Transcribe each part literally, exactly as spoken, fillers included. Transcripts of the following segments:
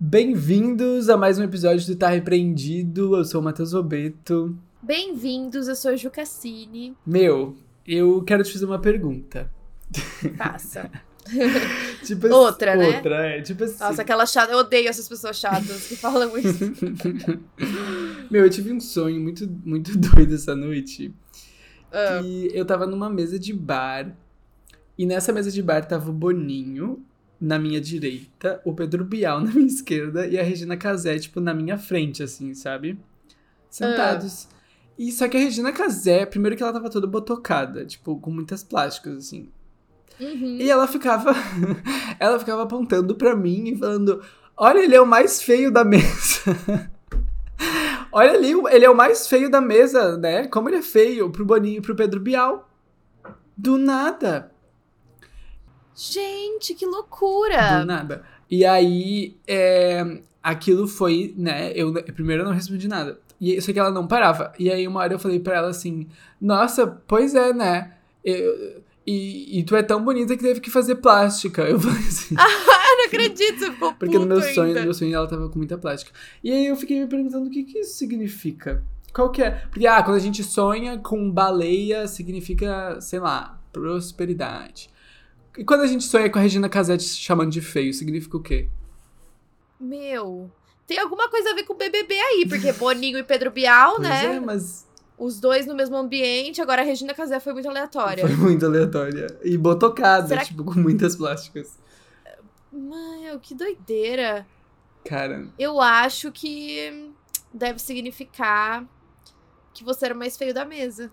Bem-vindos a mais um episódio do Tá Repreendido. Eu sou o Matheus Robeto. Bem-vindos, eu sou a Ju Cassini. Meu, eu quero te fazer uma pergunta. Passa. tipo outra, né? Outra, é. Tipo assim. Nossa, aquela chata. Eu odeio essas pessoas chatas que falam isso. Meu, eu tive um sonho muito, muito doido essa noite. Ah. Que eu tava numa mesa de bar. E nessa mesa de bar tava o Boninho na minha direita, o Pedro Bial na minha esquerda e a Regina Casé, tipo, na minha frente, assim, sabe? Sentados. Ah. E só que a Regina Casé, primeiro que ela tava toda botocada, tipo, com muitas plásticas, assim. Uhum. E ela ficava, ela ficava apontando pra mim e falando, olha, ele é o mais feio da mesa. Olha ali, ele é o mais feio da mesa, né? Como ele é feio pro Boninho e pro Pedro Bial. Do nada. Gente, que loucura! Do nada. E aí, é, aquilo foi, né? Eu primeiro eu não respondi nada. E só que ela não parava. E aí, uma hora eu falei pra ela assim: nossa, pois é, né? Eu, e, e tu é tão bonita que teve que fazer plástica. Eu falei assim. Ah, não acredito, você ficou Porque no meu ainda. sonho, no meu sonho ela tava com muita plástica. E aí eu fiquei me perguntando o que, que isso significa. Qual que é? Porque, ah, quando a gente sonha com baleia, significa, sei lá, prosperidade. E quando a gente sonha com a Regina Casé chamando de feio, significa o quê? Meu, tem alguma coisa a ver com o B B B aí, porque Boninho e Pedro Bial, pois né? É, mas... Os dois no mesmo ambiente, agora a Regina Casé foi muito aleatória. Foi muito aleatória. E botocada, Será tipo, que... com muitas plásticas. Meu, que doideira. Cara... Eu acho que deve significar que você era o mais feio da mesa.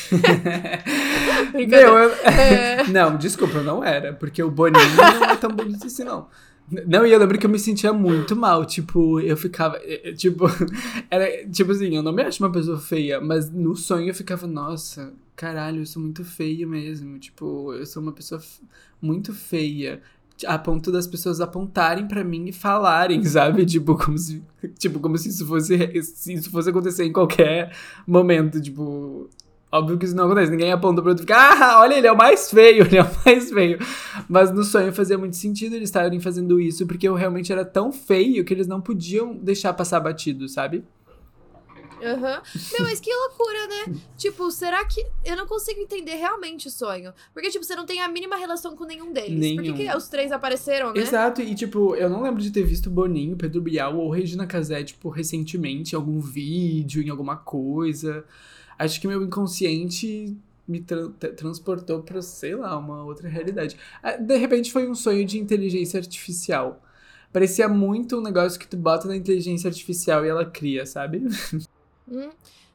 Meu, eu... é... Não, desculpa, eu não era. Porque o Boninho não é tão bonito assim, não. Não, e eu lembro que eu me sentia muito mal. Tipo, eu ficava... Tipo, era, tipo assim, eu não me acho uma pessoa feia. Mas no sonho eu ficava, nossa, caralho, eu sou muito feia mesmo. Tipo, eu sou uma pessoa f... muito feia. A ponto das pessoas apontarem pra mim e falarem, sabe? Tipo, como se, tipo, como se isso fosse, se isso fosse acontecer em qualquer momento, tipo... Óbvio que isso não acontece, ninguém aponta pra outro e fica, ah, olha, ele é o mais feio, ele é o mais feio. Mas no sonho fazia muito sentido eles estarem fazendo isso, porque eu realmente era tão feio que eles não podiam deixar passar batido, sabe? Aham. Uhum. Meu, mas que loucura, né? Tipo, será que... Eu não consigo entender realmente o sonho. Porque, tipo, você não tem a mínima relação com nenhum deles. Nenhum. Por que, que os três apareceram, né? Exato, e, tipo, eu não lembro de ter visto Boninho, Pedro Bial ou Regina Casé, tipo, recentemente, em algum vídeo, em alguma coisa. Acho que meu inconsciente me tra- transportou pra, sei lá, uma outra realidade. De repente foi um sonho de inteligência artificial. Parecia muito um negócio que tu bota na inteligência artificial e ela cria, sabe? Hum.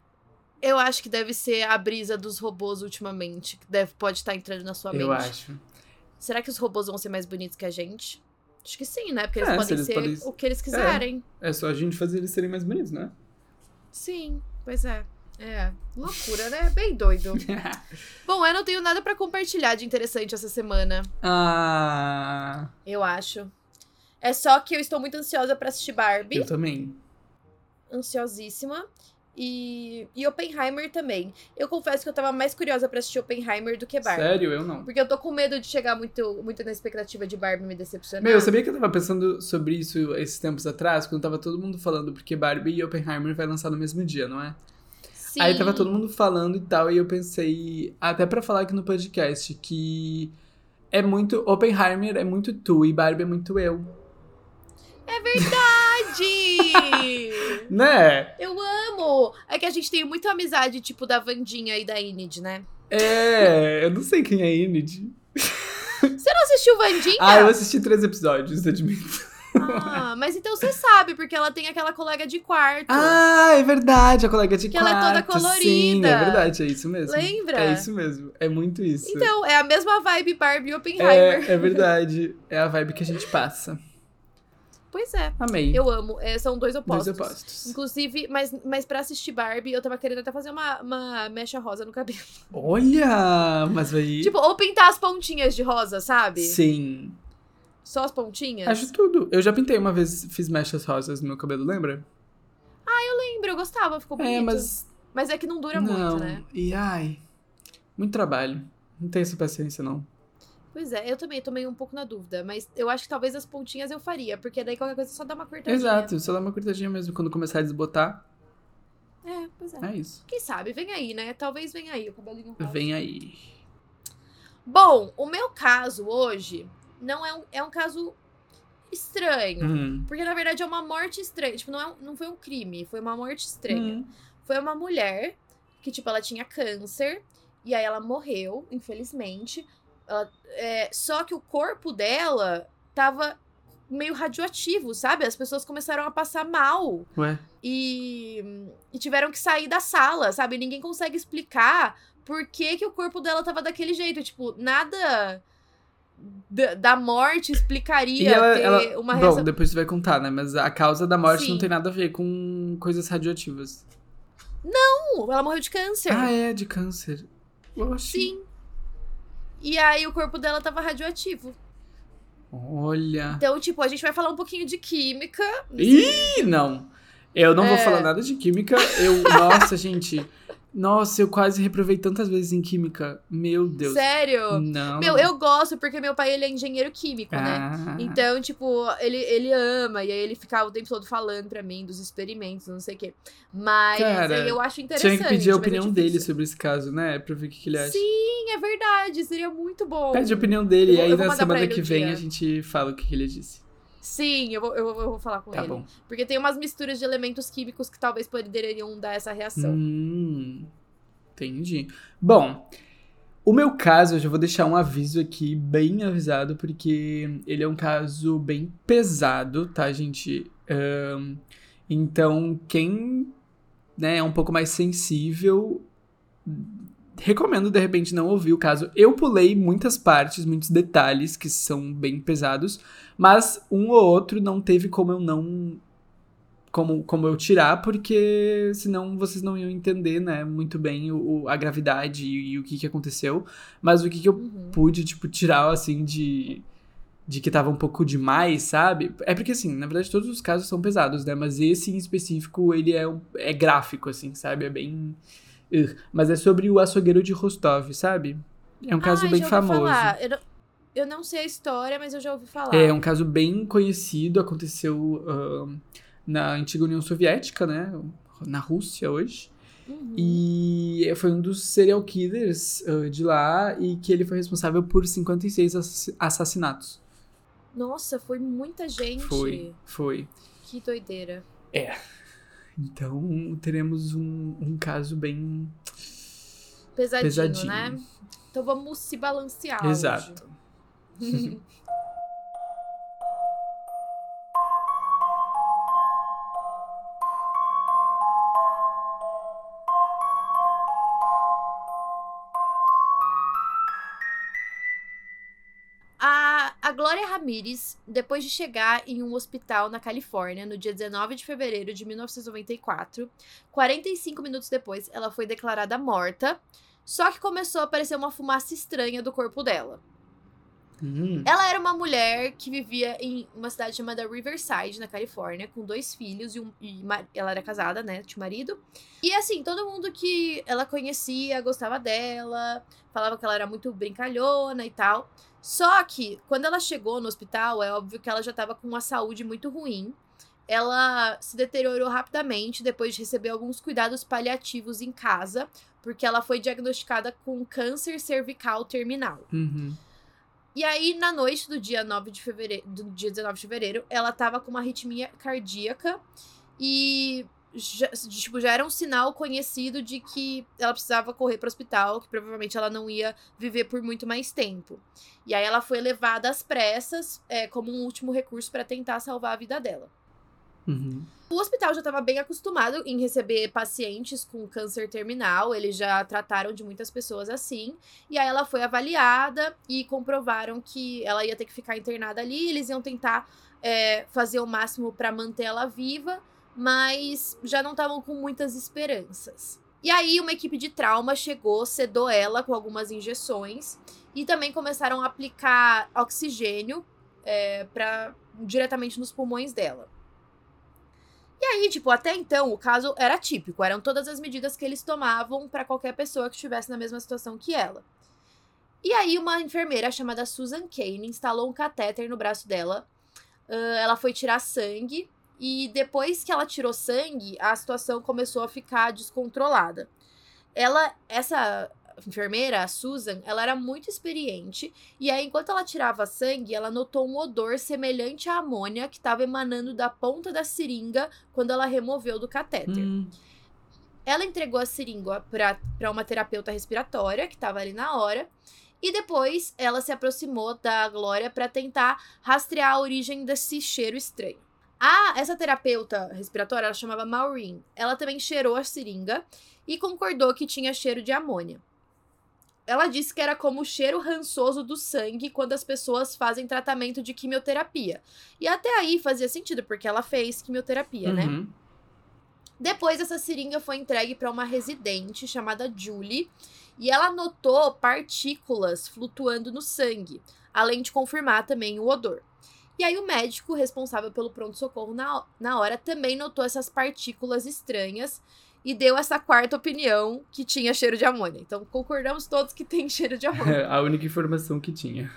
Eu acho que deve ser a brisa dos robôs ultimamente, que deve, pode estar entrando na sua mente. Eu acho. Será que os robôs vão ser mais bonitos que a gente? Acho que sim, né? Porque eles É, podem eles ser podem... o que eles quiserem. É, é só a gente fazer eles serem mais bonitos, né? Sim, pois é. É, loucura, né? Bem doido. Bom, eu não tenho nada pra compartilhar de interessante essa semana. Ah... Eu acho. É só que eu estou muito ansiosa pra assistir Barbie. Eu também. Ansiosíssima. E, e Oppenheimer também. Eu confesso que eu tava mais curiosa pra assistir Oppenheimer do que Barbie. Sério? Eu não. Porque eu tô com medo de chegar muito, muito na expectativa de Barbie e me decepcionar. Meu, eu sabia que eu tava pensando sobre isso esses tempos atrás, quando tava todo mundo falando, porque Barbie e Oppenheimer vai lançar no mesmo dia, não é? Sim. Aí tava todo mundo falando e tal, e eu pensei, até pra falar aqui no podcast, que é muito, Oppenheimer é muito tu e Barbie é muito eu. É verdade! Né? Eu amo! É que a gente tem muita amizade, tipo, da Wandinha e da Enid, né? É, eu não sei quem é Enid. Você não assistiu Wandinha? Ah, eu assisti três episódios, admito. Ah, mas então você sabe, porque ela tem aquela colega de quarto. Ah, é verdade, a colega de que quarto. ela é toda colorida. Sim, é verdade, é isso mesmo. Lembra? É isso mesmo, é muito isso. Então, é a mesma vibe Barbie e Oppenheimer. É, é verdade, é a vibe que a gente passa. Pois é. Amei. Eu amo. É, são dois opostos. Dois opostos. Inclusive, mas, mas pra assistir Barbie, eu tava querendo até fazer uma, uma mecha rosa no cabelo. Olha, mas vai... Tipo, ou pintar as pontinhas de rosa, sabe? Sim. Só as pontinhas? Acho tudo. Eu já pintei uma vez, fiz mechas rosas no meu cabelo, lembra? Eu lembro, eu gostava, ficou bonito. É, mas... Mas é que não dura não. muito, né? E ai, muito trabalho. Não tenho essa paciência, não. Pois é, eu também tô meio um pouco na dúvida, mas eu acho que talvez as pontinhas eu faria, porque daí qualquer coisa só dá uma cortadinha. Exato, só dá uma cortadinha mesmo quando começar a desbotar. É, pois é. É isso. Quem sabe, vem aí, né? Talvez venha aí o cabelinho rosa. Vem aí. Bom, o meu caso hoje não é um, é um caso estranho. Hum. Porque, na verdade, é uma morte estranha. Tipo, não, é, não foi um crime, foi uma morte estranha. Hum. Foi uma mulher que, tipo, ela tinha câncer. E aí ela morreu, infelizmente. Ela, é, só que o corpo dela tava meio radioativo, sabe? As pessoas começaram a passar mal. Ué? E, e tiveram que sair da sala, sabe? Ninguém consegue explicar por que, que o corpo dela tava daquele jeito. Tipo, nada da, da morte explicaria E ela, ter ela... uma Bom, reação... depois você vai contar, né? Mas a causa da morte Sim. não tem nada a ver com coisas radioativas. Não, ela morreu de câncer. Ah, é, de câncer. Oxi. Sim. E aí o corpo dela tava radioativo. Olha. Então, tipo, a gente vai falar um pouquinho de química. Ih, não. Eu não É. vou falar nada de química. Eu, nossa, gente. Nossa, eu quase reprovei tantas vezes em química. Meu Deus. Sério? Não. Meu, eu gosto porque meu pai, ele é engenheiro químico, né? Ah. Então, tipo, ele, ele ama, e aí ele ficava o tempo todo falando pra mim dos experimentos, não sei o quê. Mas Cara, aí eu acho interessante. Tinha que pedir a mas é opinião difícil. dele sobre esse caso, né? Pra ver o que, que ele acha. Sim, é verdade, seria muito bom. Pede a opinião dele Eu vou- e aí eu vou na mandar pra semana ele que um vem dia. a gente fala o que, que ele disse. Sim, eu vou, eu, vou, eu vou falar com Tá ele. bom. Porque tem umas misturas de elementos químicos que talvez poderiam dar essa reação. Hum, entendi. Bom, o meu caso, eu já vou deixar um aviso aqui, bem avisado, porque ele é um caso bem pesado, tá, gente? Ahn, então, quem, né, é um pouco mais sensível, recomendo, de repente, não ouvir o caso. Eu pulei muitas partes, muitos detalhes que são bem pesados, mas um ou outro não teve como eu não... Como, como eu tirar, porque senão vocês não iam entender, né, muito bem o, o- a gravidade e, e o que que aconteceu. Mas o que que eu Uhum. pude, tipo, tirar, assim, de... De que tava um pouco demais, sabe? É porque, assim, na verdade, todos os casos são pesados, né? Mas esse, em específico, ele é, um- é gráfico, assim, sabe? É bem... Ugh. Mas é sobre o açougueiro de Rostov, sabe? É um caso Ai, bem já ouvi famoso. falar. Eu não, eu não sei a história, mas eu já ouvi falar. É um caso bem conhecido, aconteceu ahn, na antiga União Soviética, né? Na Rússia hoje. Uhum. E foi um dos serial killers ah, de lá e que ele foi responsável por cinquenta e seis ass- assassinatos. Nossa, foi muita gente. Foi, foi. Que doideira. Então teremos um, um caso bem Pesadinho, pesadinho. né? Então vamos se balancear hoje. Exato. A, a Glória Ramírez, depois de chegar em um hospital na Califórnia no dia dezenove de fevereiro de mil novecentos e noventa e quatro, quarenta e cinco minutos depois, ela foi declarada morta, só que começou a aparecer uma fumaça estranha do corpo dela. Hum. Ela era uma mulher que vivia em uma cidade chamada Riverside, na Califórnia, com dois filhos e, um, e ma- ela era casada, né? Tinha marido. E assim, todo mundo que ela conhecia gostava dela, falava que ela era muito brincalhona e tal. Só que, quando ela chegou no hospital, é óbvio que ela já estava com uma saúde muito ruim. Ela se deteriorou rapidamente depois de receber alguns cuidados paliativos em casa, porque ela foi diagnosticada com câncer cervical terminal. Uhum. E aí, na noite do dia nove de fevereiro, do dia dezenove de fevereiro, ela tava com uma arritmia cardíaca e já, tipo, já era um sinal conhecido de que ela precisava correr pro hospital, que provavelmente ela não ia viver por muito mais tempo. E aí ela foi levada às pressas, é, como um último recurso para tentar salvar a vida dela. Uhum. O hospital já estava bem acostumado em receber pacientes com câncer terminal, eles já trataram de muitas pessoas assim, e aí ela foi avaliada e comprovaram que ela ia ter que ficar internada ali, eles iam tentar é, fazer o máximo para manter ela viva, mas já não estavam com muitas esperanças. E aí uma equipe de trauma chegou, sedou ela com algumas injeções, e também começaram a aplicar oxigênio é, pra, diretamente nos pulmões dela. E aí, tipo, até então, o caso era típico. Eram todas as medidas que eles tomavam pra qualquer pessoa que estivesse na mesma situação que ela. E aí, uma enfermeira chamada Susan Kane instalou um catéter no braço dela. Uh, ela foi tirar sangue. E depois que ela tirou sangue, a situação começou a ficar descontrolada. Ela, essa enfermeira, a Susan, ela era muito experiente. E aí, enquanto ela tirava sangue, ela notou um odor semelhante à amônia que estava emanando da ponta da seringa quando ela removeu do catéter. Hum. Ela entregou a seringa para uma terapeuta respiratória, que estava ali na hora. E depois, ela se aproximou da Glória para tentar rastrear a origem desse cheiro estranho. Ah, essa terapeuta respiratória, ela chamava Maureen. Ela também cheirou a seringa e concordou que tinha cheiro de amônia. Ela disse que era como o cheiro rançoso do sangue quando as pessoas fazem tratamento de quimioterapia. E até aí fazia sentido, porque ela fez quimioterapia, uhum. né? Depois, essa seringa foi entregue para uma residente chamada Julie. E ela notou partículas flutuando no sangue, além de confirmar também o odor. E aí o médico responsável pelo pronto-socorro na, na hora também notou essas partículas estranhas e deu essa quarta opinião que tinha cheiro de amônia. Então concordamos todos que tem cheiro de amônia. A única informação que tinha.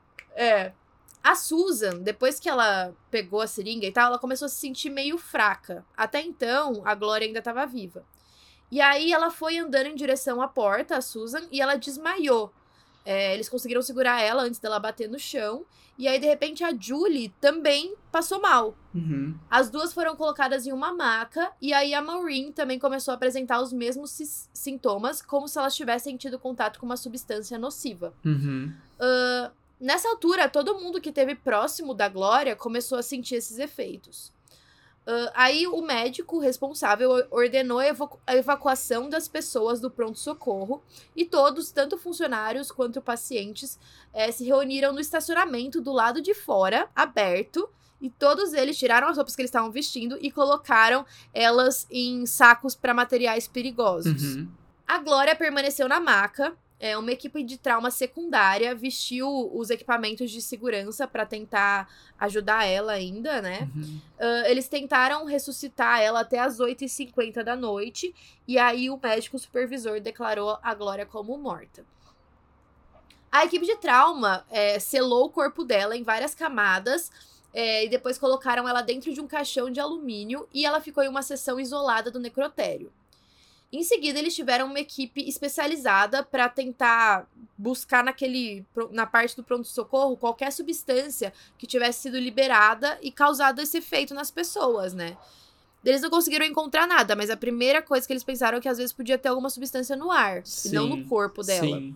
É. A Susan, depois que ela pegou a seringa e tal, ela começou a se sentir meio fraca. Até então, a Glória ainda estava viva. E aí ela foi andando em direção à porta, a Susan, e ela desmaiou. É, eles conseguiram segurar ela antes dela bater no chão. E aí, de repente, a Julie também passou mal. Uhum. As duas foram colocadas em uma maca. E aí, a Maureen também começou a apresentar os mesmos si- sintomas, como se elas tivessem tido contato com uma substância nociva. Uhum. Uh, nessa altura, todo mundo que esteve próximo da Glória começou a sentir esses efeitos. Uh, aí o médico responsável ordenou a, evacu- a evacuação das pessoas do pronto-socorro e todos, tanto funcionários quanto pacientes, eh, se reuniram no estacionamento do lado de fora, aberto, e todos eles tiraram as roupas que eles estavam vestindo e colocaram elas em sacos para materiais perigosos. Uhum. A Glória permaneceu na maca. É, uma equipe de trauma secundária vestiu os equipamentos de segurança para tentar ajudar ela ainda, né? Uhum. Uh, eles tentaram ressuscitar ela até as oito e cinquenta da noite. E aí o médico supervisor declarou a Glória como morta. A equipe de trauma é, selou o corpo dela em várias camadas. É, e depois colocaram ela dentro de um caixão de alumínio. E ela ficou em uma seção isolada do necrotério. Em seguida, eles tiveram uma equipe especializada para tentar buscar naquele, na parte do pronto-socorro qualquer substância que tivesse sido liberada e causado esse efeito nas pessoas, né? Eles não conseguiram encontrar nada, mas a primeira coisa que eles pensaram é que às vezes podia ter alguma substância no ar, sim, e não no corpo dela. Sim.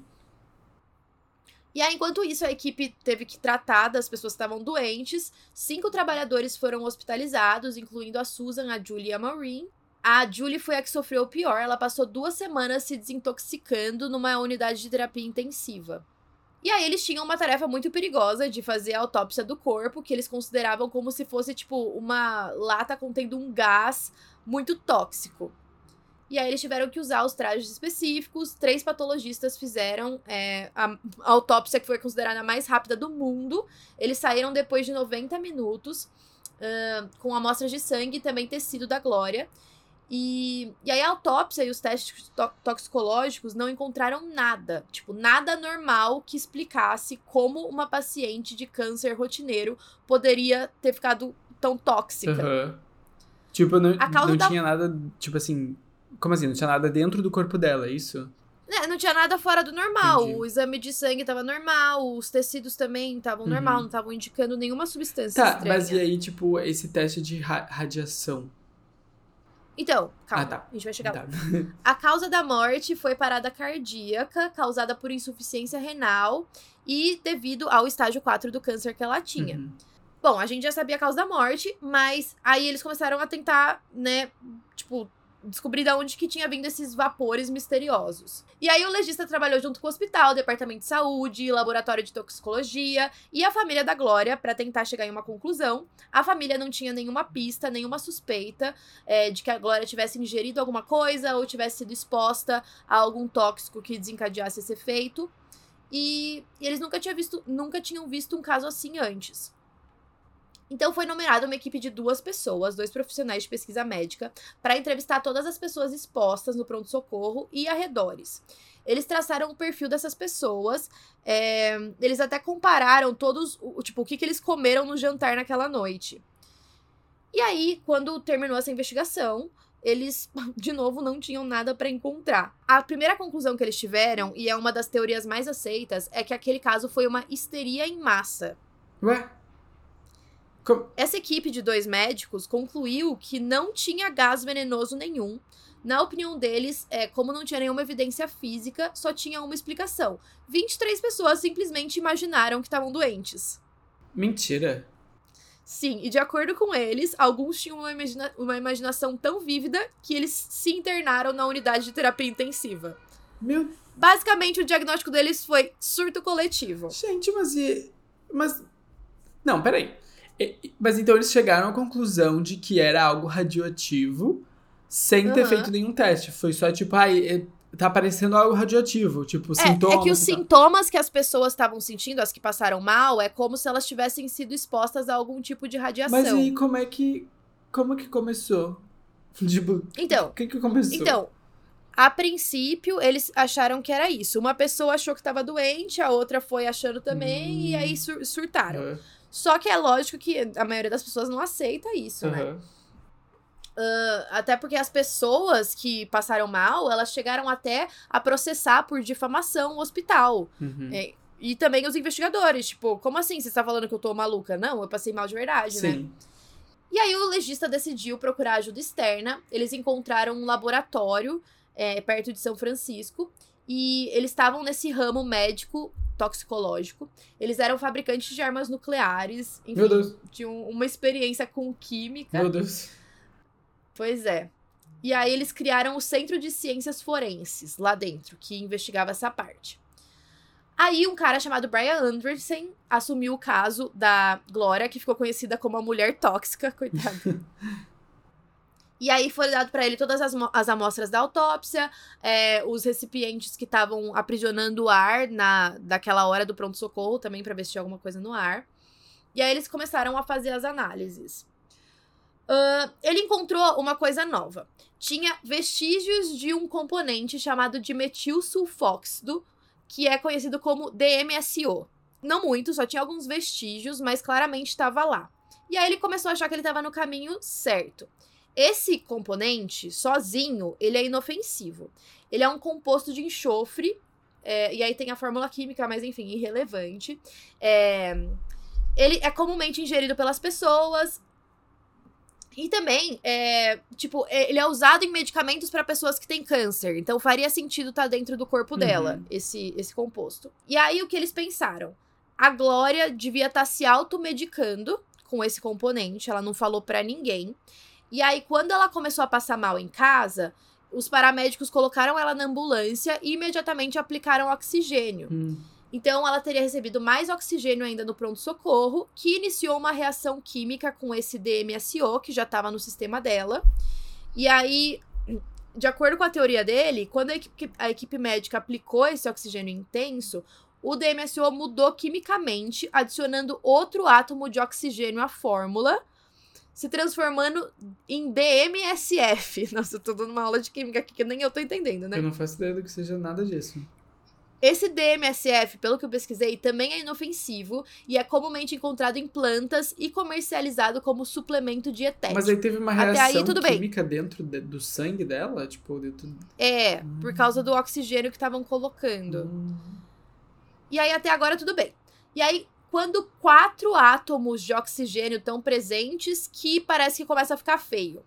E aí, enquanto isso, a equipe teve que tratar das pessoas que estavam doentes. Cinco trabalhadores foram hospitalizados, incluindo a Susan, a Julie e a Maureen. A Julie foi a que sofreu o pior. Ela passou duas semanas se desintoxicando numa unidade de terapia intensiva. E aí eles tinham uma tarefa muito perigosa de fazer a autópsia do corpo, que eles consideravam como se fosse, tipo, uma lata contendo um gás muito tóxico. E aí eles tiveram que usar os trajes específicos. Três patologistas fizeram é, a, a autópsia que foi considerada a mais rápida do mundo. Eles saíram depois de noventa minutos, uh, com amostras de sangue e também tecido da Glória. E, e aí a autópsia e os testes to- toxicológicos não encontraram nada, tipo, nada normal que explicasse como uma paciente de câncer rotineiro poderia ter ficado tão tóxica. Uhum. Tipo, não, A causa não da... tinha nada, tipo assim, como assim? Não tinha nada dentro do corpo dela, é isso? É, não tinha nada fora do normal. Entendi. O exame de sangue tava normal, os tecidos também estavam Uhum. normal, não estavam indicando nenhuma substância Tá, estranha. mas e aí, tipo, esse teste de ra- radiação? Então, calma, Ah, tá. a gente vai chegar Tá. lá. A causa da morte foi parada cardíaca, causada por insuficiência renal e devido ao estágio quatro do câncer que ela tinha. Uhum. Bom, a gente já sabia a causa da morte, mas aí eles começaram a tentar, né, tipo, descobrir de onde que tinha vindo esses vapores misteriosos. E aí o legista trabalhou junto com o hospital, departamento de saúde, laboratório de toxicologia e a família da Glória para tentar chegar em uma conclusão. A família não tinha nenhuma pista, nenhuma suspeita é, de que a Glória tivesse ingerido alguma coisa ou tivesse sido exposta a algum tóxico que desencadeasse esse efeito. E, e eles nunca, tinha visto, nunca tinham visto um caso assim antes. Então foi nomeada uma equipe de duas pessoas, dois profissionais de pesquisa médica, para entrevistar todas as pessoas expostas no pronto-socorro e arredores. Eles traçaram o perfil dessas pessoas, é, eles até compararam todos, o, tipo, o que, que eles comeram no jantar naquela noite. E aí, quando terminou essa investigação, eles, de novo, não tinham nada para encontrar. A primeira conclusão que eles tiveram, e é uma das teorias mais aceitas, é que aquele caso foi uma histeria em massa. Ué? Como? Essa equipe de dois médicos concluiu que não tinha gás venenoso nenhum. Na opinião deles, é, como não tinha nenhuma evidência física, só tinha uma explicação. vinte e três pessoas simplesmente imaginaram que estavam doentes. Mentira. Sim, e de acordo com eles, alguns tinham uma, imagina- uma imaginação tão vívida que eles se internaram na unidade de terapia intensiva. Meu... Basicamente, o diagnóstico deles foi surto coletivo. Gente, mas e... Mas... Não, peraí. E- Mas então eles chegaram à conclusão de que era algo radioativo sem ter Aham. feito nenhum teste. Foi só tipo, ai, tá aparecendo algo radioativo. Tipo, É, sintomas. é que os e tal. sintomas que as pessoas estavam sentindo, as que passaram mal, é como se elas tivessem sido expostas a algum tipo de radiação. Mas e aí, como é que. Como que começou? Tipo, Então, o que que começou? então, a princípio, eles acharam que era isso. Uma pessoa achou que estava doente, a outra foi achando também, Hum. e aí sur- surtaram. Aham, Só que é lógico que a maioria das pessoas não aceita isso, né? aham. Até porque as pessoas que passaram mal, elas chegaram até a processar por difamação o hospital. Uhum. É, e também os investigadores, tipo, como assim você está falando que eu tô maluca? Não, eu passei mal de verdade, né? Sim. E aí o legista decidiu procurar ajuda externa. Eles encontraram um laboratório é, perto de São Francisco. E eles estavam nesse ramo médico toxicológico. Eles eram fabricantes de armas nucleares. Enfim, Meu Deus. tinham uma experiência com química. Meu Deus. Pois é. E aí eles criaram o Centro de Ciências Forenses lá dentro, que investigava essa parte. Aí um cara chamado Brian Anderson assumiu o caso da Glória, que ficou conhecida como a mulher tóxica, coitada. E aí foi dado pra ele todas as, mo- as amostras da autópsia, é, os recipientes que estavam aprisionando o ar na, daquela hora do pronto-socorro também, pra ver se tinha alguma coisa no ar. E aí eles começaram a fazer as análises. Uh, ele encontrou uma coisa nova. Tinha vestígios de um componente chamado de metilsulfóxido, que é conhecido como D M S O. Não muito, só tinha alguns vestígios, mas claramente estava lá. E aí ele começou a achar que ele estava no caminho certo. Esse componente, sozinho, ele é inofensivo. Ele é um composto de enxofre, é, e aí tem a fórmula química, mas enfim, irrelevante. É, ele é comumente ingerido pelas pessoas. E também, é, tipo, é, ele é usado em medicamentos para pessoas que têm câncer. Então faria sentido estar dentro do corpo dela, Uhum. esse, esse composto. E aí o que eles pensaram? A Glória devia estar se automedicando com esse componente. Ela não falou pra ninguém. E aí, quando ela começou a passar mal em casa, os paramédicos colocaram ela na ambulância e imediatamente aplicaram oxigênio. Hum. Então, ela teria recebido mais oxigênio ainda no pronto-socorro, que iniciou uma reação química com esse D M S O, que já estava no sistema dela. E aí, de acordo com a teoria dele, quando a equipe, a equipe médica aplicou esse oxigênio intenso, o D M S O mudou quimicamente, adicionando outro átomo de oxigênio à fórmula, se transformando em D M S F. Nossa, eu tô dando uma aula de química aqui que nem eu tô entendendo, né? Eu não faço ideia do que seja nada disso. Esse D M S F, pelo que eu pesquisei, também é inofensivo e é comumente encontrado em plantas e comercializado como suplemento dietético. Mas aí teve uma Até reação aí, tudo bem. química dentro de- do sangue dela? Tipo, dentro... É, por causa do oxigênio que estavam colocando. Hum. E aí, até agora, tudo bem. E aí, quando quatro átomos de oxigênio estão presentes, que parece que começa a ficar feio.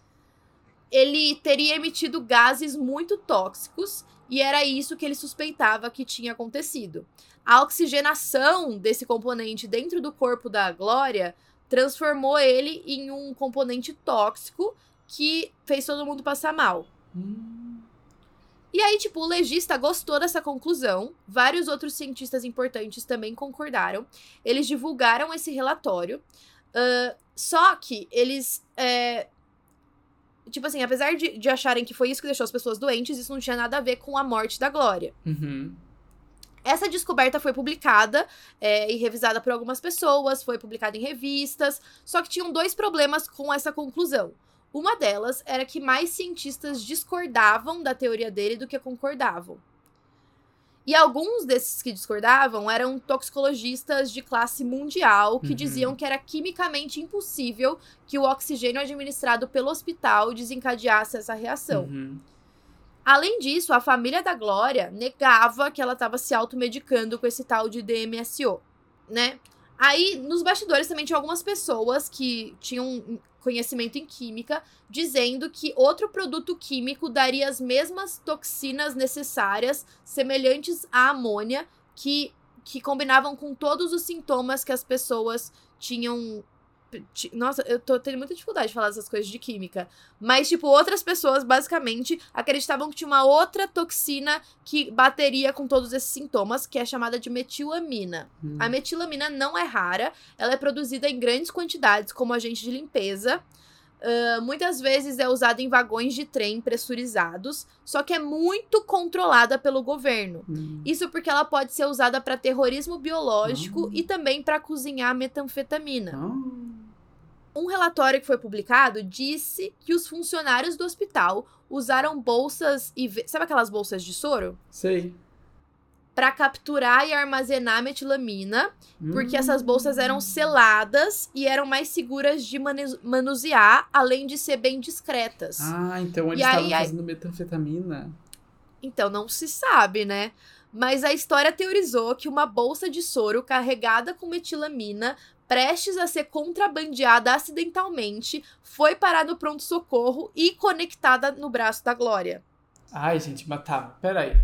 Ele teria emitido gases muito tóxicos e era isso que ele suspeitava que tinha acontecido. A oxigenação desse componente dentro do corpo da Glória transformou ele em um componente tóxico que fez todo mundo passar mal. Hum. E aí, tipo, o legista gostou dessa conclusão. Vários outros cientistas importantes também concordaram. Eles divulgaram esse relatório. Uh, só que eles... É, tipo assim, apesar de, de acharem que foi isso que deixou as pessoas doentes, isso não tinha nada a ver com a morte da Glória. Uhum. Essa descoberta foi publicada é, e revisada por algumas pessoas, foi publicada em revistas, só que tinham dois problemas com essa conclusão. Uma delas era que mais cientistas discordavam da teoria dele do que concordavam. E alguns desses que discordavam eram toxicologistas de classe mundial que uhum. diziam que era quimicamente impossível que o oxigênio administrado pelo hospital desencadeasse essa reação. Uhum. Além disso, a família da Glória negava que ela estava se automedicando com esse tal de D M S O, né? Aí, nos bastidores também tinha algumas pessoas que tinham conhecimento em química, dizendo que outro produto químico daria as mesmas toxinas necessárias, semelhantes à amônia, que, que combinavam com todos os sintomas que as pessoas tinham... Nossa, eu tô tendo muita dificuldade de falar essas coisas de química. Mas, tipo, outras pessoas, basicamente, acreditavam que tinha uma outra toxina que bateria com todos esses sintomas, que é chamada de metilamina. Hum. A metilamina não é rara, ela é produzida em grandes quantidades como agente de limpeza. Uh, muitas vezes é usada em vagões de trem pressurizados, só que é muito controlada pelo governo. Hum. Isso porque ela pode ser usada para terrorismo biológico hum. e também para cozinhar metanfetamina. Hum. Um relatório que foi publicado disse que os funcionários do hospital usaram bolsas... I V... Sabe aquelas bolsas de soro? Sei. Para capturar e armazenar metilamina, hum. porque essas bolsas eram seladas e eram mais seguras de manu- manusear, além de ser bem discretas. Ah, então eles e estavam aí, fazendo aí... metanfetamina. Então, não se sabe, né? Mas a história teorizou que uma bolsa de soro carregada com metilamina, prestes a ser contrabandeada acidentalmente, foi parar no pronto-socorro e conectada no braço da Glória. Ai, gente, mas tá, peraí.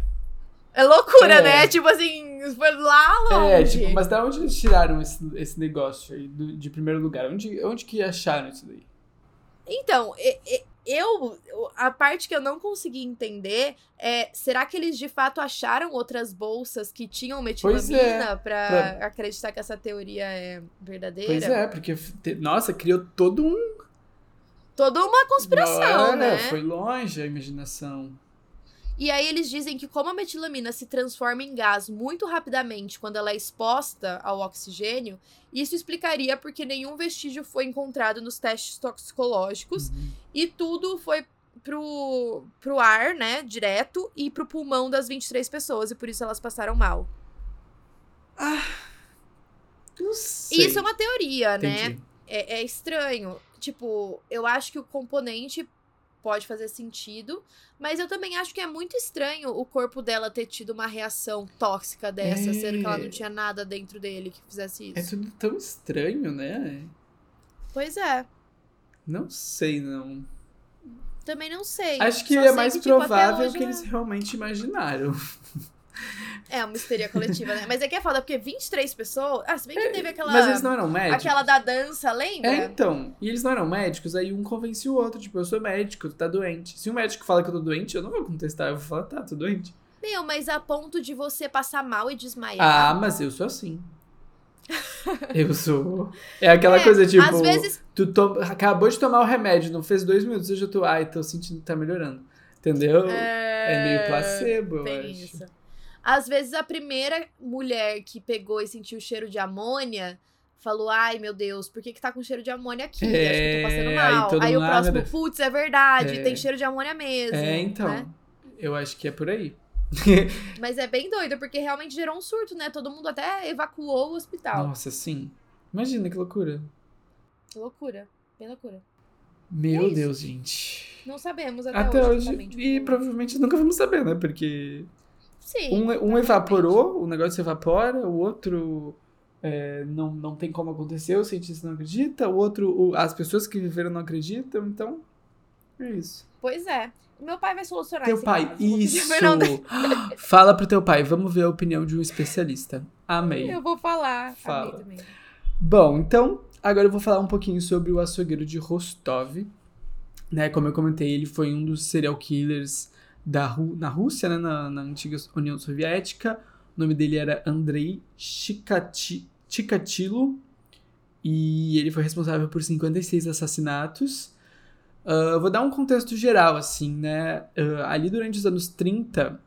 É loucura, é. né? Tipo assim, foi lá longe. É, tipo, mas da onde eles tiraram esse, esse negócio aí, do, de primeiro lugar? Onde, onde que acharam isso daí? Então, eu, a parte que eu não consegui entender é, será que eles de fato acharam outras bolsas que tinham metilamina é, pra, pra acreditar que essa teoria é verdadeira? Pois é, porque, nossa, criou todo um... Toda uma conspiração, é, né? Foi longe a imaginação. E aí eles dizem que como a metilamina se transforma em gás muito rapidamente quando ela é exposta ao oxigênio, isso explicaria porque nenhum vestígio foi encontrado nos testes toxicológicos uhum. e tudo foi pro, pro ar, né, direto, e pro pulmão das vinte e três pessoas, e por isso elas passaram mal. Ah, não sei. E isso é uma teoria, Entendi. né? É, é estranho. Tipo, eu acho que o componente pode fazer sentido, mas eu também acho que é muito estranho o corpo dela ter tido uma reação tóxica dessa, é... sendo que ela não tinha nada dentro dele que fizesse isso. É tudo tão estranho, né? Pois é. Não sei, não. Também não sei. Acho que Só é sei mais que, tipo, provável hoje que ela... eles realmente imaginaram. É uma histeria coletiva, né? Mas é que é foda, porque vinte e três pessoas... Ah, se bem que é, teve aquela... Mas eles não eram médicos? Aquela da dança, lembra? É, então. E eles não eram médicos, aí um convencia o outro. Tipo, eu sou médico, tu tá doente. Se um médico fala que eu tô doente, eu não vou contestar. Eu vou falar, tá, tô doente. Meu, mas a ponto de você passar mal e desmaiar. Ah, mas eu sou assim. Eu sou... É aquela é, coisa, tipo... Às vezes... Tu to... acabou de tomar o remédio, não fez dois minutos, eu já tô... Ai, tô sentindo que tá melhorando. Entendeu? É, é meio placebo, eu tem acho. Isso. Às vezes a primeira mulher que pegou e sentiu o cheiro de amônia falou, ai meu Deus, por que que tá com cheiro de amônia aqui? É, Acho que eu tô passando mal. Aí, aí o mundo, próximo, ah, putz, é verdade, é... tem cheiro de amônia mesmo. É, então, né? eu acho que é por aí. Mas é bem doido, porque realmente gerou um surto, né? Todo mundo até evacuou o hospital. Nossa, sim. Imagina que loucura. Loucura, bem loucura. Meu é Deus, gente. Não sabemos até, até hoje. hoje e provavelmente nunca vamos saber, né? Porque... Sim, Um, um evaporou, o negócio se evapora, o outro é, não, não tem como acontecer, o cientista não acredita, o outro, o, as pessoas que viveram não acreditam, então é isso. Pois é. O meu pai vai solucionar Teu esse pai, caso. isso! Fernanda. Fala pro teu pai, vamos ver a opinião de um especialista. Amei. Eu vou falar. Fala. Amei também. Bom, então, agora eu vou falar um pouquinho sobre o açougueiro de Rostov. Né, como eu comentei, ele foi um dos serial killers da Ru- na Rússia, né, na, na antiga União Soviética. O nome dele era Andrei Chikati- Chikatilo e ele foi responsável por cinquenta e seis assassinatos. Uh, vou dar um contexto geral, assim, né? Uh, ali durante os anos trinta,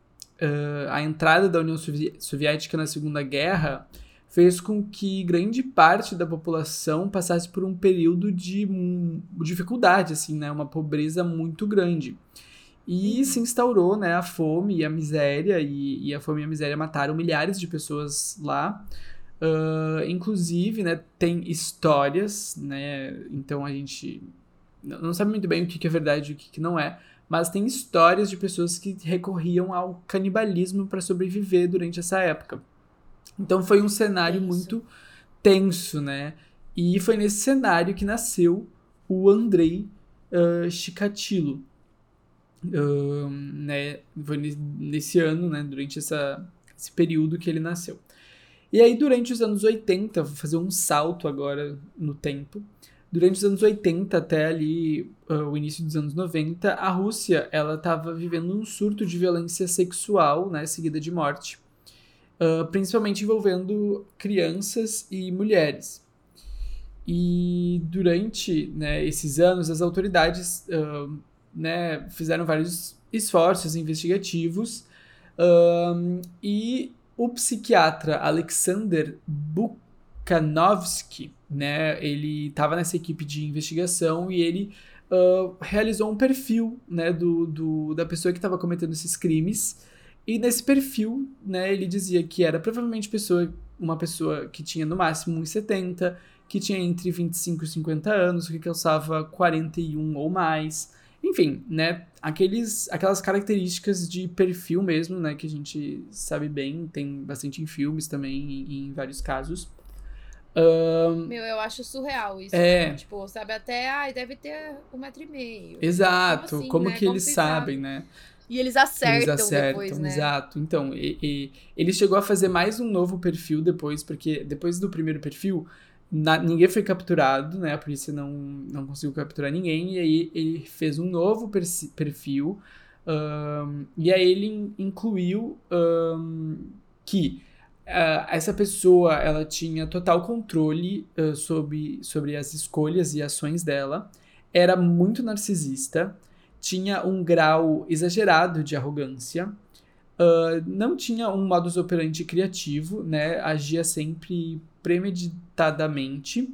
uh, a entrada da União Sovi- Soviética na Segunda Guerra fez com que grande parte da população passasse por um período de um, dificuldade, assim, né? Uma pobreza muito grande. E se instaurou, né, a fome e a miséria, e, e a fome e a miséria mataram milhares de pessoas lá. Uh, inclusive, né, tem histórias, né, então a gente não sabe muito bem o que, que é verdade e o que, que não é, mas tem histórias de pessoas que recorriam ao canibalismo para sobreviver durante essa época. Então foi um cenário Tenso. muito tenso, né, e foi nesse cenário que nasceu o Andrei uh, Chikatilo. Uh, né, foi nesse ano, né, durante essa, esse período que ele nasceu. E aí, durante os anos oitenta, vou fazer um salto agora no tempo, durante os anos oitenta até ali uh, o início dos anos noventa, a Rússia ela estava vivendo um surto de violência sexual, né, seguida de morte, uh, principalmente envolvendo crianças e mulheres. E durante, né, esses anos, as autoridades uh, né, fizeram vários esforços investigativos um, e o psiquiatra Alexander Bukhanovsky, né, ele estava nessa equipe de investigação e ele uh, realizou um perfil, né, do, do, da pessoa que estava cometendo esses crimes. E nesse perfil, né, ele dizia que era provavelmente pessoa, uma pessoa que tinha no máximo um e setenta, que tinha entre vinte e cinco e cinquenta anos, que calçava quarenta e um ou mais. Enfim, né, aqueles, aquelas características de perfil mesmo, né, que a gente sabe bem, tem bastante em filmes também, em, em vários casos. Um, Meu, eu acho surreal isso. É. Né? Tipo, sabe até, ai, deve ter um metro e meio. Exato, Como, assim, como né? que Como eles se sabem, sabe? né? E eles acertam, Eles acertam, depois, né? exato. Então, e, e, ele chegou a fazer mais um novo perfil depois, porque depois do primeiro perfil, na, ninguém foi capturado, né? A polícia não, não conseguiu capturar ninguém, e aí ele fez um novo persi- perfil, um, e aí ele incluiu um, que uh, essa pessoa, ela tinha total controle uh, sobre, sobre as escolhas e ações dela, era muito narcisista, tinha um grau exagerado de arrogância, uh, não tinha um modus operandi criativo, né? Agia sempre premeditadamente.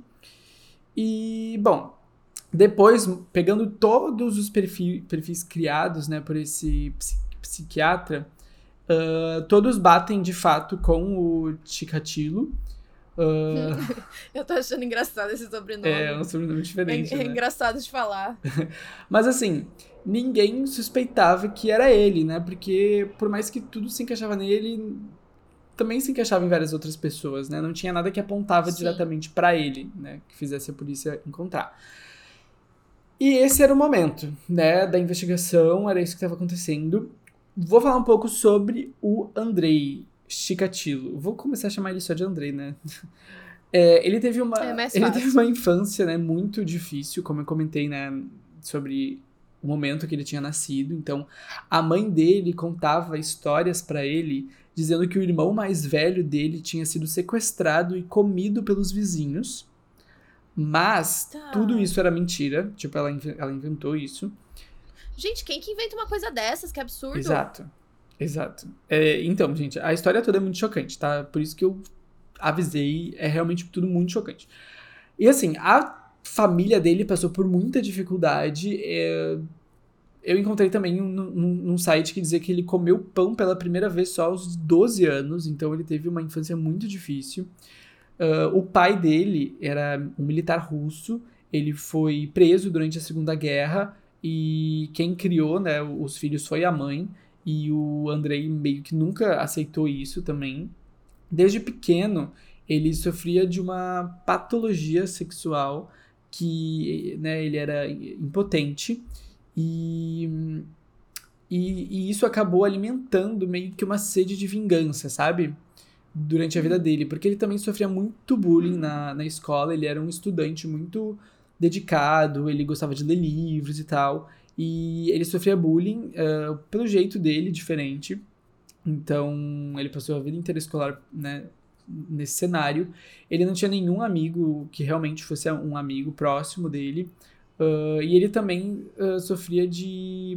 E, bom, depois, pegando todos os perfis, perfis criados, né, por esse psi- psiquiatra, uh, todos batem de fato com o Chikatilo. Uh, Eu tô achando engraçado esse sobrenome. é um sobrenome diferente, É, é né? engraçado de falar. Mas assim, ninguém suspeitava que era ele, né? Porque por mais que tudo se encaixava nele, também se encaixava em várias outras pessoas, né? Não tinha nada que apontava Sim. diretamente pra ele, né? Que fizesse a polícia encontrar. E esse era o momento, né? Da investigação, era isso que estava acontecendo. Vou falar um pouco sobre o Andrei Chikatilo. Vou começar a chamar ele só de Andrei, né? É, ele teve uma, É mais ele fácil. teve uma infância, né, muito difícil, como eu comentei, né, sobre o momento que ele tinha nascido. Então, a mãe dele contava histórias pra ele, dizendo que o irmão mais velho dele tinha sido sequestrado e comido pelos vizinhos. Mas Tá. tudo isso era mentira. Tipo, ela, inven- ela inventou isso. Gente, quem que inventa uma coisa dessas? Que absurdo. Exato. Exato. É, então, gente, a história toda é muito chocante, tá? Por isso que eu avisei, é realmente tudo muito chocante. E assim, a família dele passou por muita dificuldade. É, eu encontrei também um, num, num site que dizia que ele comeu pão pela primeira vez só aos doze anos, então ele teve uma infância muito difícil. Uh, o pai dele era um militar russo, ele foi preso durante a Segunda Guerra e quem criou, né, os filhos foi a mãe, e o Andrei meio que nunca aceitou isso também. Desde pequeno, ele sofria de uma patologia sexual que, né, ele era impotente e, e, e isso acabou alimentando meio que uma sede de vingança, sabe? Durante a vida dele, porque ele também sofria muito bullying na, na escola, ele era um estudante muito dedicado, ele gostava de ler livros e tal, e ele sofria bullying uh, pelo jeito dele, diferente. Então, ele passou a vida inteira escolar, né, nesse cenário. Ele não tinha nenhum amigo que realmente fosse um amigo próximo dele. Uh, e ele também uh, sofria de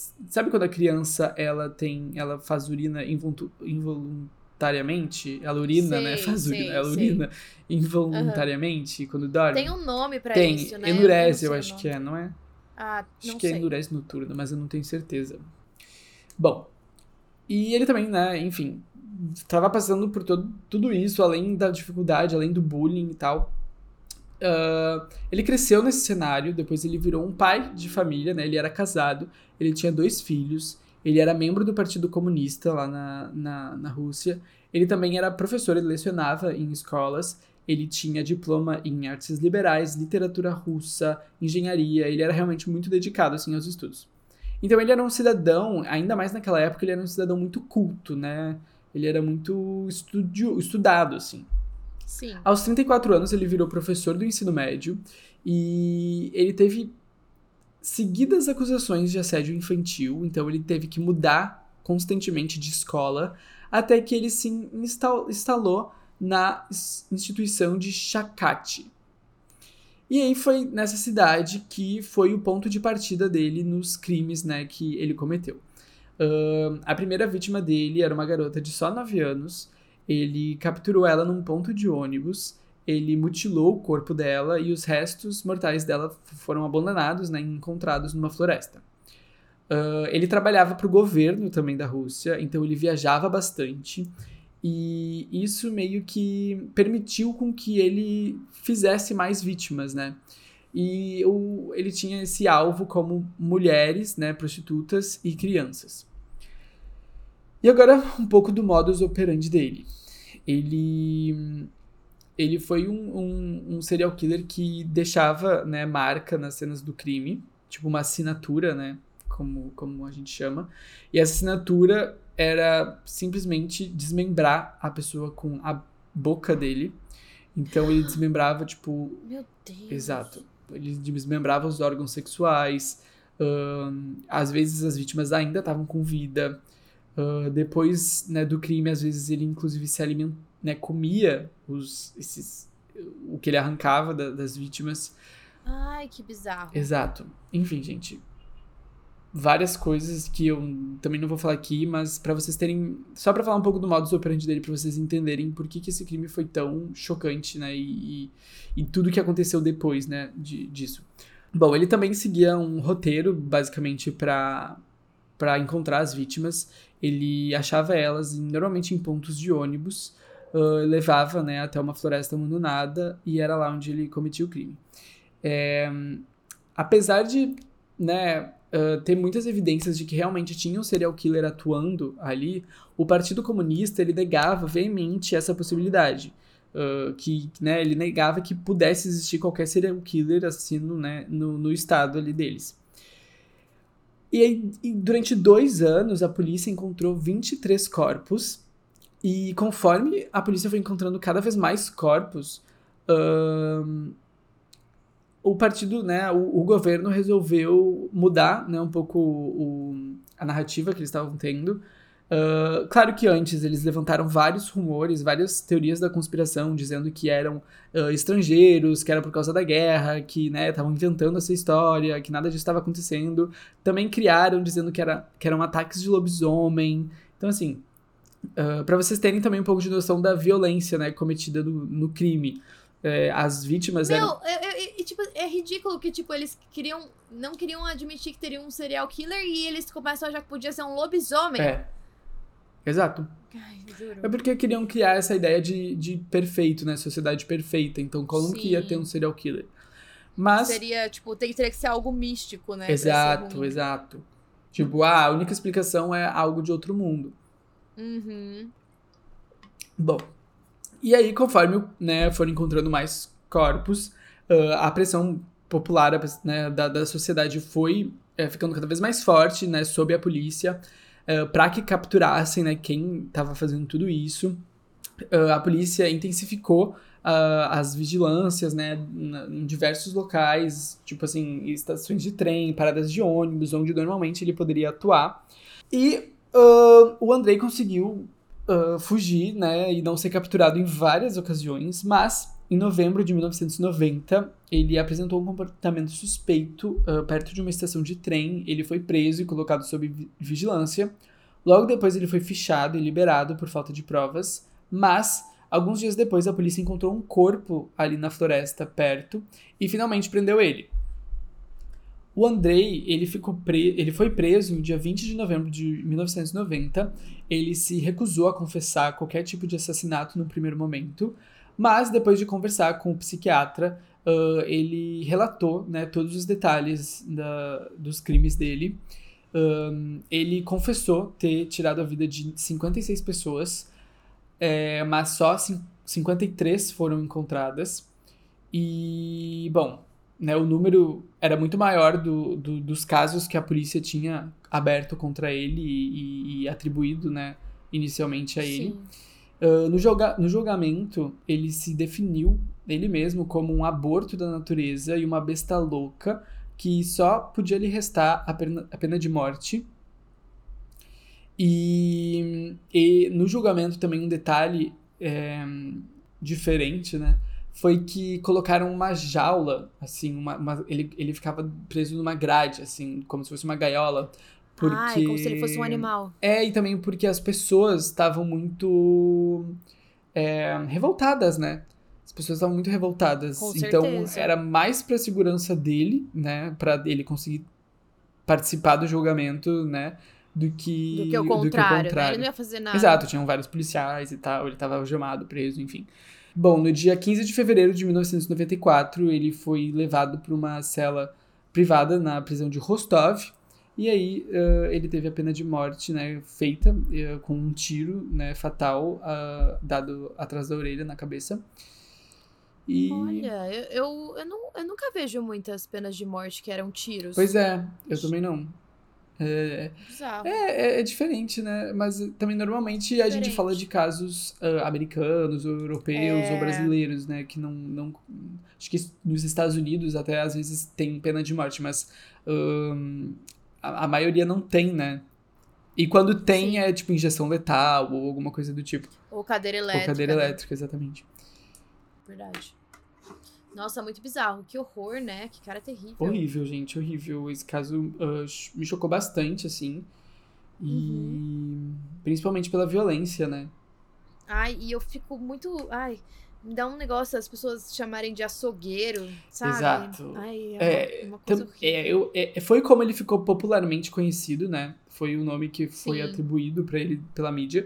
Sabe quando a criança, ela tem, ela faz urina involu- involuntariamente? Ela urina, Sei, né? Faz urina, sei, ela sei. urina involuntariamente quando dorme? Tem um nome pra Tem, isso, né? enurese, eu não sei o acho nome. que é, não é? Ah, Acho não que é sei. enurese noturna, mas eu não tenho certeza. Bom, e ele também, né, enfim, estava passando por todo, tudo isso, além da dificuldade, além do bullying e tal. Uh, ele cresceu nesse cenário, depois ele virou um pai de família, né? Ele era casado, ele tinha dois filhos, ele era membro do Partido Comunista lá na, na, na Rússia. Ele também era professor, ele lecionava em escolas, ele tinha diploma em artes liberais, literatura russa, engenharia, ele era realmente muito dedicado, assim, aos estudos. Então ele era um cidadão, ainda mais naquela época, ele era um cidadão muito culto, né? Ele era muito estudio, estudado, assim. Sim. Aos trinta e quatro anos, ele virou professor do ensino médio e ele teve seguidas acusações de assédio infantil, então ele teve que mudar constantemente de escola, até que ele se instal- instalou na instituição de Shakati. E aí foi nessa cidade que foi o ponto de partida dele nos crimes, né, que ele cometeu. Uh, a primeira vítima dele era uma garota de só nove anos. Ele capturou ela num ponto de ônibus, ele mutilou o corpo dela e os restos mortais dela foram abandonados, né, encontrados numa floresta. Uh, ele trabalhava para o governo também da Rússia, então ele viajava bastante e isso meio que permitiu com que ele fizesse mais vítimas, né? E o, ele tinha esse alvo como mulheres, né, prostitutas e crianças. E agora, um pouco do modus operandi dele. Ele, ele foi um, um, um serial killer que deixava, né, marca nas cenas do crime, tipo uma assinatura, né, como, como a gente chama. E essa assinatura era simplesmente desmembrar a pessoa com a boca dele. Então ele desmembrava, tipo... Meu Deus. Exato. Ele desmembrava os órgãos sexuais. Uh, às vezes as vítimas ainda estavam com vida. Uh, depois, né, do crime, às vezes ele inclusive se alimenta, né, comia os, esses, o que ele arrancava da, das vítimas. Ai, que bizarro. Exato. Enfim, gente. Várias coisas que eu também não vou falar aqui, mas pra vocês terem... Só pra falar um pouco do modus operandi dele, pra vocês entenderem por que, que esse crime foi tão chocante, né? E, e, e tudo que aconteceu depois, né, de, disso. Bom, ele também seguia um roteiro, basicamente, pra, pra encontrar as vítimas. Ele achava elas, normalmente em pontos de ônibus, uh, levava, né, até uma floresta abandonada e era lá onde ele cometia o crime. É, apesar de, né... Uh, tem muitas evidências de que realmente tinha um serial killer atuando ali, o Partido Comunista ele negava veemente essa possibilidade. Uh, que, né, ele negava que pudesse existir qualquer serial killer assassino, né, no, no estado ali deles. E aí, e durante dois anos, a polícia encontrou vinte e três corpos, e conforme a polícia foi encontrando cada vez mais corpos, uh, o partido, né, o, o governo resolveu mudar, né, um pouco o, o, a narrativa que eles estavam tendo. Uh, claro que antes eles levantaram vários rumores, várias teorias da conspiração, dizendo que eram uh, estrangeiros, que era por causa da guerra, que, né, estavam inventando essa história, que nada disso estava acontecendo. Também criaram dizendo que, era, que eram ataques de lobisomem. Então, assim, uh, para vocês terem também um pouco de noção da violência, né, cometida no, no crime. É, as vítimas Meu, eram... é, é, é, tipo, é ridículo que, tipo, eles queriam... Não queriam admitir que teria um serial killer e eles começam a achar que podia ser um lobisomem. É. Exato. Ai, juro. É porque queriam criar essa ideia de, de perfeito, né? Sociedade perfeita. Então, como Sim. que ia ter um serial killer? Mas... Seria, tipo, tem, teria que ser algo místico, né? Exato, exato. Tipo, ah, a única explicação é algo de outro mundo. Uhum. Bom... E aí, conforme, né, foram encontrando mais corpos, uh, a pressão popular, né, da, da sociedade foi é, ficando cada vez mais forte, né, sob a polícia, uh, para que capturassem, né, quem estava fazendo tudo isso. Uh, a polícia intensificou uh, as vigilâncias, né, em diversos locais, tipo assim, estações de trem, paradas de ônibus, onde normalmente ele poderia atuar. E uh, o Andrei conseguiu... Uh, fugir, né, e não ser capturado em várias ocasiões, mas em novembro de mil novecentos e noventa, ele apresentou um comportamento suspeito uh, perto de uma estação de trem. Ele foi preso e colocado sob vi- vigilância. Logo depois ele foi fichado e liberado por falta de provas, mas alguns dias depois a polícia encontrou um corpo ali na floresta perto e finalmente prendeu ele. O Andrei, ele, ficou pre... ele foi preso no dia vinte de novembro de mil novecentos e noventa. Ele se recusou a confessar qualquer tipo de assassinato no primeiro momento, mas depois de conversar com o psiquiatra, uh, ele relatou, né, todos os detalhes da... dos crimes dele. Um, ele confessou ter tirado a vida de cinquenta e seis pessoas, é, mas só cinquenta e três foram encontradas. E, bom, né, o número era muito maior do, do, dos casos que a polícia tinha aberto contra ele e, e, e atribuído, né, inicialmente a ele. Uh, no, julga, no julgamento, ele se definiu, ele mesmo, como um aborto da natureza e uma besta louca que só podia lhe restar a pena, a pena de morte. E, e no julgamento também um detalhe é, diferente, né? Foi que colocaram uma jaula, assim, uma, uma, ele, ele ficava preso numa grade, assim, como se fosse uma gaiola. Porque... Ah, é como se ele fosse um animal. É, e também porque as pessoas estavam muito é, revoltadas, né? As pessoas estavam muito revoltadas. Com então, certeza. era mais pra segurança dele, né? Pra ele conseguir participar do julgamento, né? Do que, do que o contrário, do que o contrário. Né? Ele não ia fazer nada. Exato, tinham vários policiais e tal, ele tava algemado, preso, enfim. Bom, no dia quinze de fevereiro de mil novecentos e noventa e quatro, ele foi levado para uma cela privada na prisão de Rostov, e aí uh, ele teve a pena de morte, né, feita uh, com um tiro, né, fatal, uh, dado atrás da orelha, na cabeça. E... Olha, eu, eu, eu, não, eu nunca vejo muitas penas de morte que eram tiros. Pois é, eu também não. É, Bizarro. é, é, é diferente, né? Mas também normalmente diferente. A gente fala de casos uh, americanos, ou europeus, é... ou brasileiros, né? Que não, não... Acho que nos Estados Unidos até às vezes tem pena de morte, mas um, a, a maioria não tem, né? E quando tem, Sim. é tipo injeção letal ou alguma coisa do tipo. Ou cadeira elétrica. Ou cadeira né? elétrica, exatamente. Verdade. Nossa, muito bizarro. Que horror, né? Que cara terrível. Horrível, gente, horrível. Esse caso uh, me chocou bastante, assim. E uhum. principalmente pela violência, né? Ai, e eu fico muito... Ai, me dá um negócio as pessoas chamarem de açougueiro, sabe? Exato. Ai, é, é, uma, uma coisa tam, é, eu, é, Foi como ele ficou popularmente conhecido, né? Foi o nome que foi Sim. atribuído pra ele pela mídia.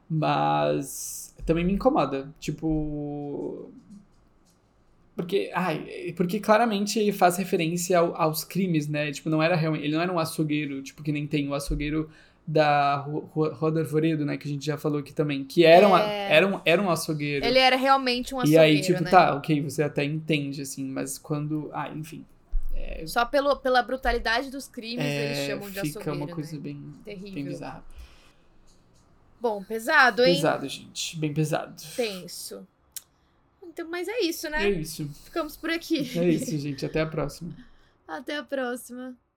Mas também me incomoda. Tipo... Porque, ai, porque claramente ele faz referência ao, aos crimes, né? Tipo, não era realmente, ele não era um açougueiro, tipo, que nem tem o açougueiro da Roda Arvoredo, né? Que a gente já falou aqui também. Que era, uma, é... era, um, era um açougueiro. Ele era realmente um açougueiro, E aí, tipo, né? tá, ok, você até entende, assim, mas quando... Ah, enfim. É... Só pelo, pela brutalidade dos crimes, é, eles chamam de açougueiro, fica uma coisa né? bem, Terrível. bem bizarra. Bom, pesado, hein? Pesado, gente. Bem pesado. Tenso. Então, mas é isso, né? É isso. Ficamos por aqui. É isso, gente. Até a próxima. Até a próxima.